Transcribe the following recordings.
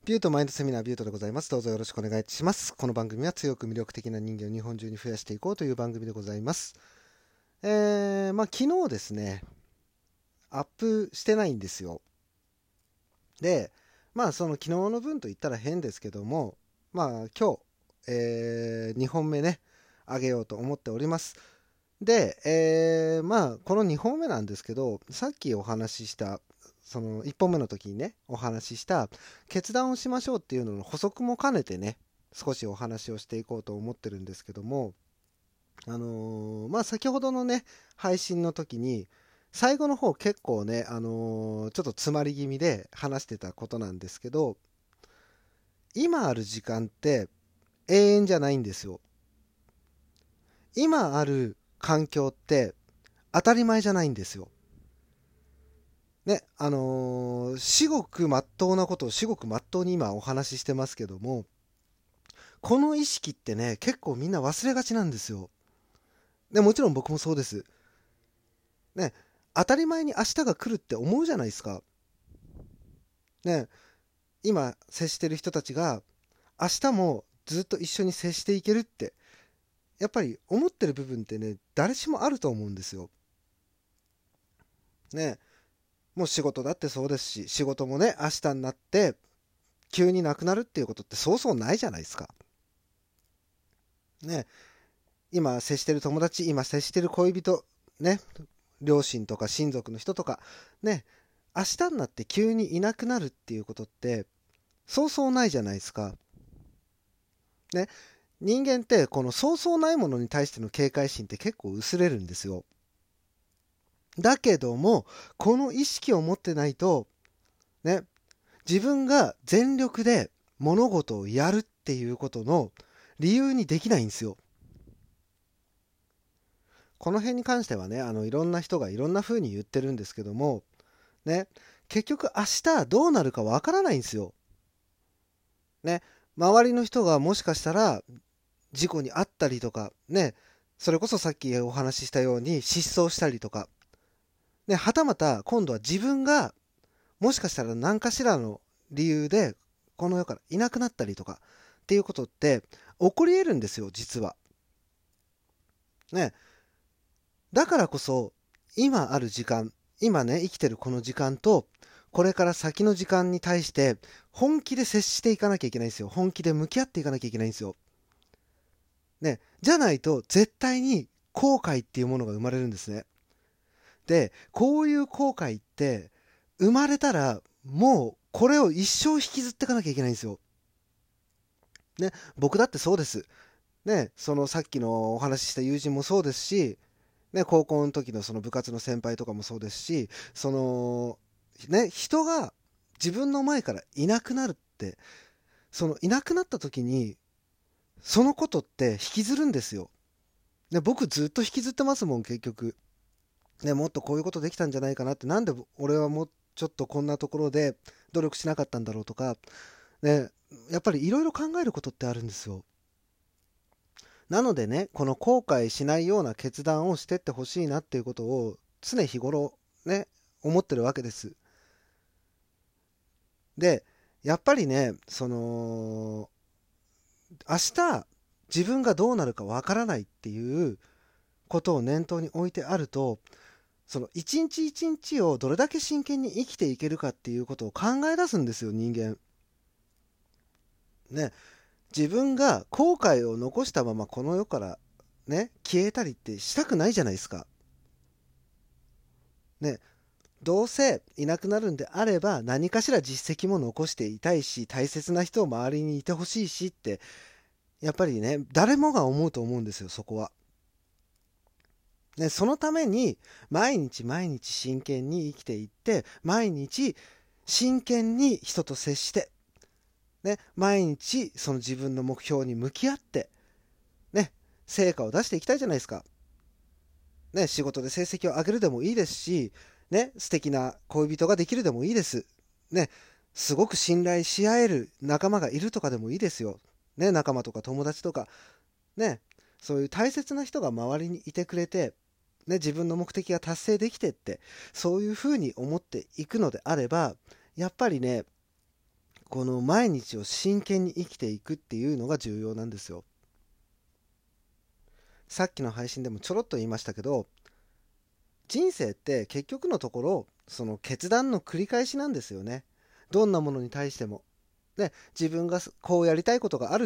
ビュートマインドセミナービュートでございます。どうぞよろしくお願いします。この番組は強く魅力的な人間を日本中に増やしていこうという番組でございます。昨日ですね、アップしてないんですよ。で、その昨日の分と言ったら変ですけども、今日、2本目ね、あげようと思っております。で、この2本目なんですけど、さっきお話しした、その1本目の時にね、お話しした決断をしましょうっていうのの補足も兼ねてね、少しお話をしていこうと思ってるんですけども、先ほどのね、配信の時に、最後の方結構ね、ちょっと詰まり気味で話してたことなんですけど、今ある時間って永遠じゃないんですよ。今ある環境って当たり前じゃないんですよ。ね、至極真っ当なことを至極真っ当に今お話ししてますけども、この意識ってね、結構みんな忘れがちなんですよ。で、もちろん僕もそうです。ね、当たり前に明日が来るって思うじゃないですか。ね、今接してる人たちが明日もずっと一緒に接していけるって、やっぱり思ってる部分ってね、誰しもあると思うんですよ。ね、もう仕事だってそうですし、仕事もね、明日になって急になくなるっていうことってそうそうないじゃないですか。ね、今接してる友達、今接してる恋人、ね、両親とか親族の人とか、ね、明日になって急にいなくなるっていうことって、そうそうないじゃないですか。ね、人間ってこのそうそうないものに対しての警戒心って結構薄れるんですよ。だけども、この意識を持ってないと、ね、自分が全力で物事をやるっていうことの理由にできないんですよ。この辺に関してはね、いろんな人がいろんな風に言ってるんですけども、ね、結局明日どうなるかわからないんですよ。ね、周りの人がもしかしたら事故に遭ったりとか、ね、それこそさっきお話ししたように失踪したりとか、ね、はたまた今度は自分がもしかしたら何かしらの理由でこの世からいなくなったりとかっていうことって起こり得るんですよ、実は。ね、だからこそ今ある時間、今ね、生きてるこの時間とこれから先の時間に対して本気で接していかなきゃいけないんですよ。本気で向き合っていかなきゃいけないんですよ。ね、じゃないと絶対に後悔っていうものが生まれるんですね。で、こういう後悔って生まれたらもうこれを一生引きずっていかなきゃいけないんですよ。ね、僕だってそうです。ね、そのさっきのお話しした友人もそうですし、ね、高校の時のその部活の先輩とかもそうですし、その、ね、人が自分の前からいなくなるって、そのいなくなった時に、そのことって引きずるんですよ。ね、僕ずっと引きずってますもん、結局。ね、もっとこういうことできたんじゃないかなって、なんで俺はもうちょっとこんなところで努力しなかったんだろうとか、ね、やっぱりいろいろ考えることってあるんですよ。なのでね、この後悔しないような決断をしてってほしいなっていうことを常日頃ね、思ってるわけです。で、やっぱりね、明日自分がどうなるかわからないっていうことを念頭に置いてあると、その一日一日をどれだけ真剣に生きていけるかっていうことを考え出すんですよ、人間。ね、自分が後悔を残したままこの世からね、消えたりってしたくないじゃないですか。ね、どうせいなくなるんであれば何かしら実績も残していたいし、大切な人を周りにいてほしいしって、やっぱりね、誰もが思うと思うんですよ、そこは。ね、そのために毎日毎日真剣に生きていって、毎日真剣に人と接して、ね、毎日その自分の目標に向き合って、ね、成果を出していきたいじゃないですか。ね、仕事で成績を上げるでもいいですし、ね、素敵な恋人ができるでもいいです。ね、すごく信頼し合える仲間がいるとかでもいいですよ。ね、仲間とか友達とか、ね、そういう大切な人が周りにいてくれて、ね、自分の目的が達成できてって、そういうふうに思っていくのであれば、やっぱりね、 この毎日を真剣に生きていくっていうのが重要なんですよ。さっきの配信でもちょろっと言いましたけど、人生って結局のところその決断の繰り返しなんですよね。どんなものに対しても。で、自分がこうやりたいことがあるって、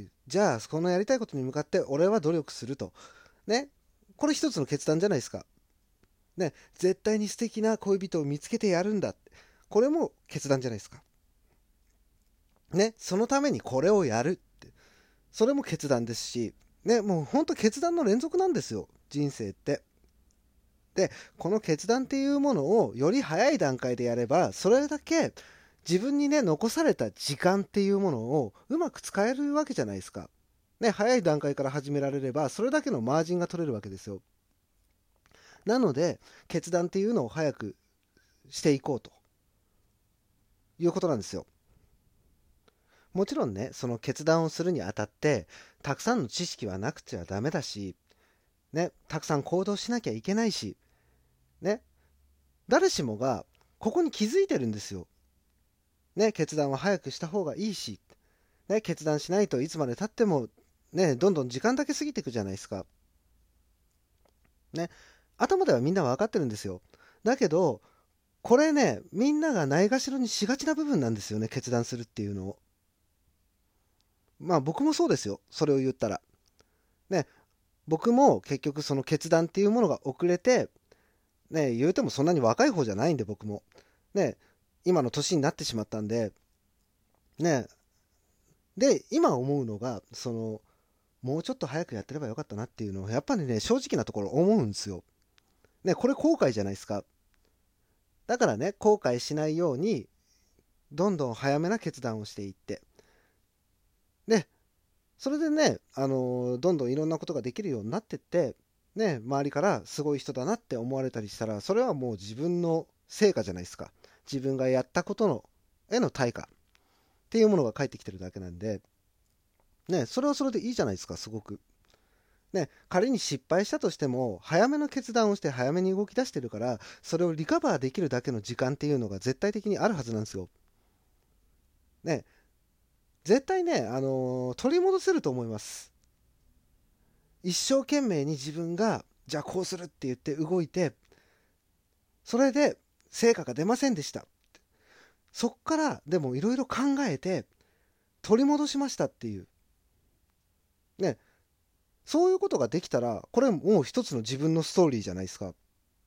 じゃあこのやりたいことに向かって俺は努力すると。ね。これ一つの決断じゃないですか。ね。絶対に素敵な恋人を見つけてやるんだって。これも決断じゃないですか。ね。そのためにこれをやるって。それも決断ですし、ね。もうほんと決断の連続なんですよ。人生って。で、この決断っていうものをより早い段階でやれば、それだけ自分にね、残された時間っていうものをうまく使えるわけじゃないですか。ね、早い段階から始められれば、それだけのマージンが取れるわけですよ。なので、決断っていうのを早くしていこうということなんですよ。もちろんね、その決断をするにあたって、たくさんの知識はなくちゃダメだし、ね、たくさん行動しなきゃいけないし、ね、誰しもがここに気づいてるんですよ。ね、決断は早くした方がいいし、ね、決断しないといつまで経っても、ね、どんどん時間だけ過ぎていくじゃないですか。ね、頭ではみんな分かってるんですよ。だけど、これね、みんながないがしろにしがちな部分なんですよね、決断するっていうのを。まあ僕もそうですよ、それを言ったら。ね、僕も結局その決断っていうものが遅れて、ね、言うてもそんなに若い方じゃないんで僕も。ね、今の年になってしまったんで、ね、で、今思うのが、もうちょっと早くやってればよかったなっていうのを、やっぱりね、正直なところ思うんですよ。ね、これ後悔じゃないですか。だからね、後悔しないように、どんどん早めな決断をしていって。で、それでね、どんどんいろんなことができるようになってって、ね、周りからすごい人だなって思われたりしたら、それはもう自分の成果じゃないですか。自分がやったことの、への対価っていうものが返ってきてるだけなんで、ね、それはそれでいいじゃないですか、すごく。ね、仮に失敗したとしても、早めの決断をして早めに動き出してるから、それをリカバーできるだけの時間っていうのが絶対的にあるはずなんですよ。ね、絶対ね、取り戻せると思います。一生懸命に自分が、じゃあこうするって言って動いて、それで成果が出ませんでした。そっからでもいろいろ考えて取り戻しましたっていう。ね、そういうことができたら、これもう一つの自分のストーリーじゃないですか。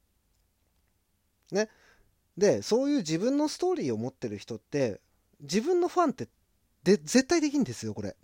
ね。で、そういう自分のストーリーを持ってる人って、自分のファンって絶対できんですよ、これ。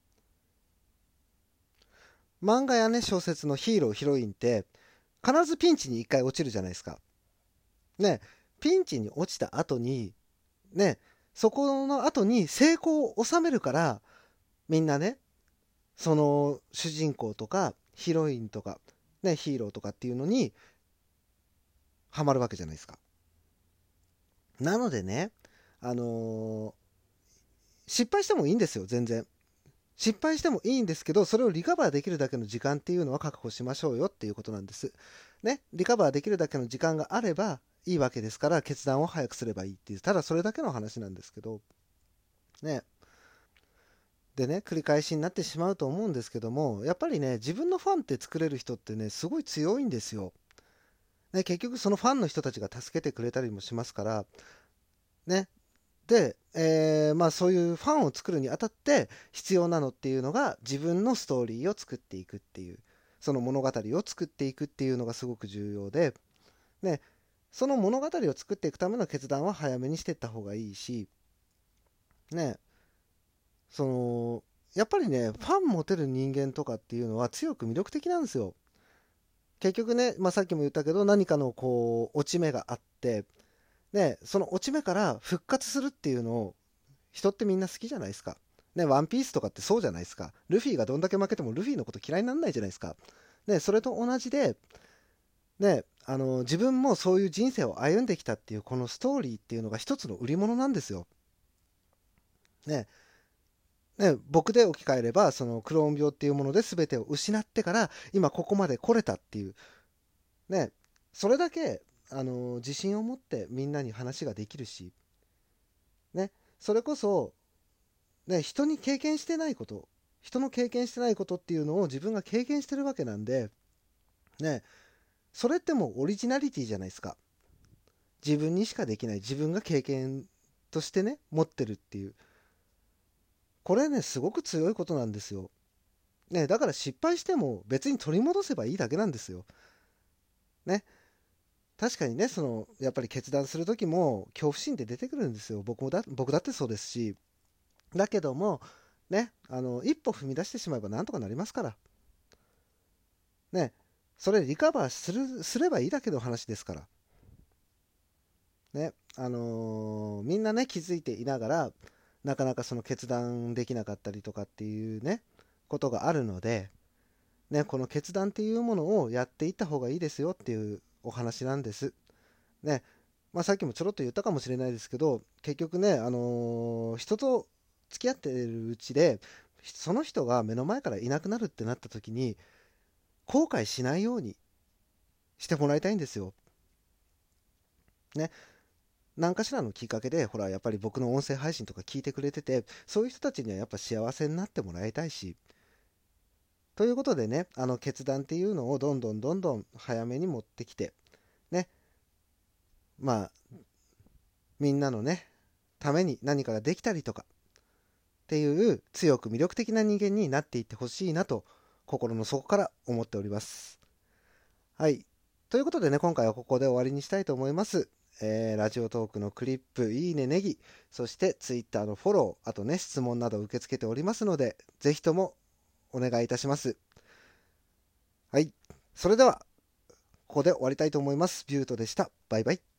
漫画やね、小説のヒーロー、ヒロインって、必ずピンチに一回落ちるじゃないですか。ね。ピンチに落ちた後に、ね、そこの後に成功を収めるから、みんなね、その主人公とかヒロインとか、ね、ヒーローとかっていうのにハマるわけじゃないですか。なのでね、あのー失敗してもいいんですよ、全然。失敗してもいいんですけど、それをリカバーできるだけの時間っていうのは確保しましょうよっていうことなんです。ね、リカバーできるだけの時間があればいいわけですから、決断を早くすればいいっていう、ただそれだけの話なんですけど、ね。でね、繰り返しになってしまうと思うんですけども、やっぱりね、自分のファンって作れる人ってね、すごい強いんですよ。ね、結局そのファンの人たちが助けてくれたりもしますから、ね。で、まあそういうファンを作るにあたって必要なのっていうのが自分のストーリーを作っていくっていう、その物語を作っていくっていうのがすごく重要で、ね、その物語を作っていくための決断は早めにしていった方がいいし、ね、その、やっぱりね、ファン持てる人間とかっていうのは強く魅力的なんですよ。結局ね、まあ、さっきも言ったけど、何かのこう、落ち目があって、ね、その落ち目から復活するっていうのを、人ってみんな好きじゃないですか。ね、ワンピースとかってそうじゃないですか。ルフィがどんだけ負けてもルフィのこと嫌いにならないじゃないですか。ね、それと同じで、ね、自分もそういう人生を歩んできたっていうこのストーリーっていうのが一つの売り物なんですよ。ね、僕で置き換えれば、そのクローン病っていうもので全てを失ってから、今ここまで来れたっていう、ね、それだけ、自信を持ってみんなに話ができるし、ね、 それこそ、ね、人の経験してないことっていうのを自分が経験してるわけなんで、ね、それってもうオリジナリティじゃないですか。自分にしかできない、自分が経験としてね、持ってるっていう。これね、すごく強いことなんですよ。ね、だから失敗しても別に取り戻せばいいだけなんですよ。ね。確かにね、やっぱり決断する時も恐怖心って出てくるんですよ。僕だってそうですし。だけども、ね、一歩踏み出してしまえばなんとかなりますから。ね、それリカバーすればいいだけの話ですから。ね、みんなね、気づいていながら、なかなかその決断できなかったりとかっていうね、ことがあるので、ね、この決断っていうものをやっていった方がいいですよっていうお話なんです。ね、まあ、さっきもちょろっと言ったかもしれないですけど、結局ね、人と付き合ってるうちで、その人が目の前からいなくなるってなった時に、後悔しないようにしてもらいたいんですよ。ね、何かしらのきっかけで、ほら、やっぱり僕の音声配信とか聞いてくれてて、そういう人たちにはやっぱ幸せになってもらいたいし、ということでね、決断っていうのをどんどんどんどん早めに持ってきて、ね、まあ、みんなのね、ために何かができたりとかっていう強く魅力的な人間になっていってほしいなと、心の底から思っております。はい。ということでね、今回はここで終わりにしたいと思います。ラジオトークのクリップ、いいね、ネギ、そしてツイッターのフォロー、あとね、質問など受け付けておりますので、ぜひともお願いいたします。はい。それでは、ここで終わりたいと思います。ビュートでした。バイバイ。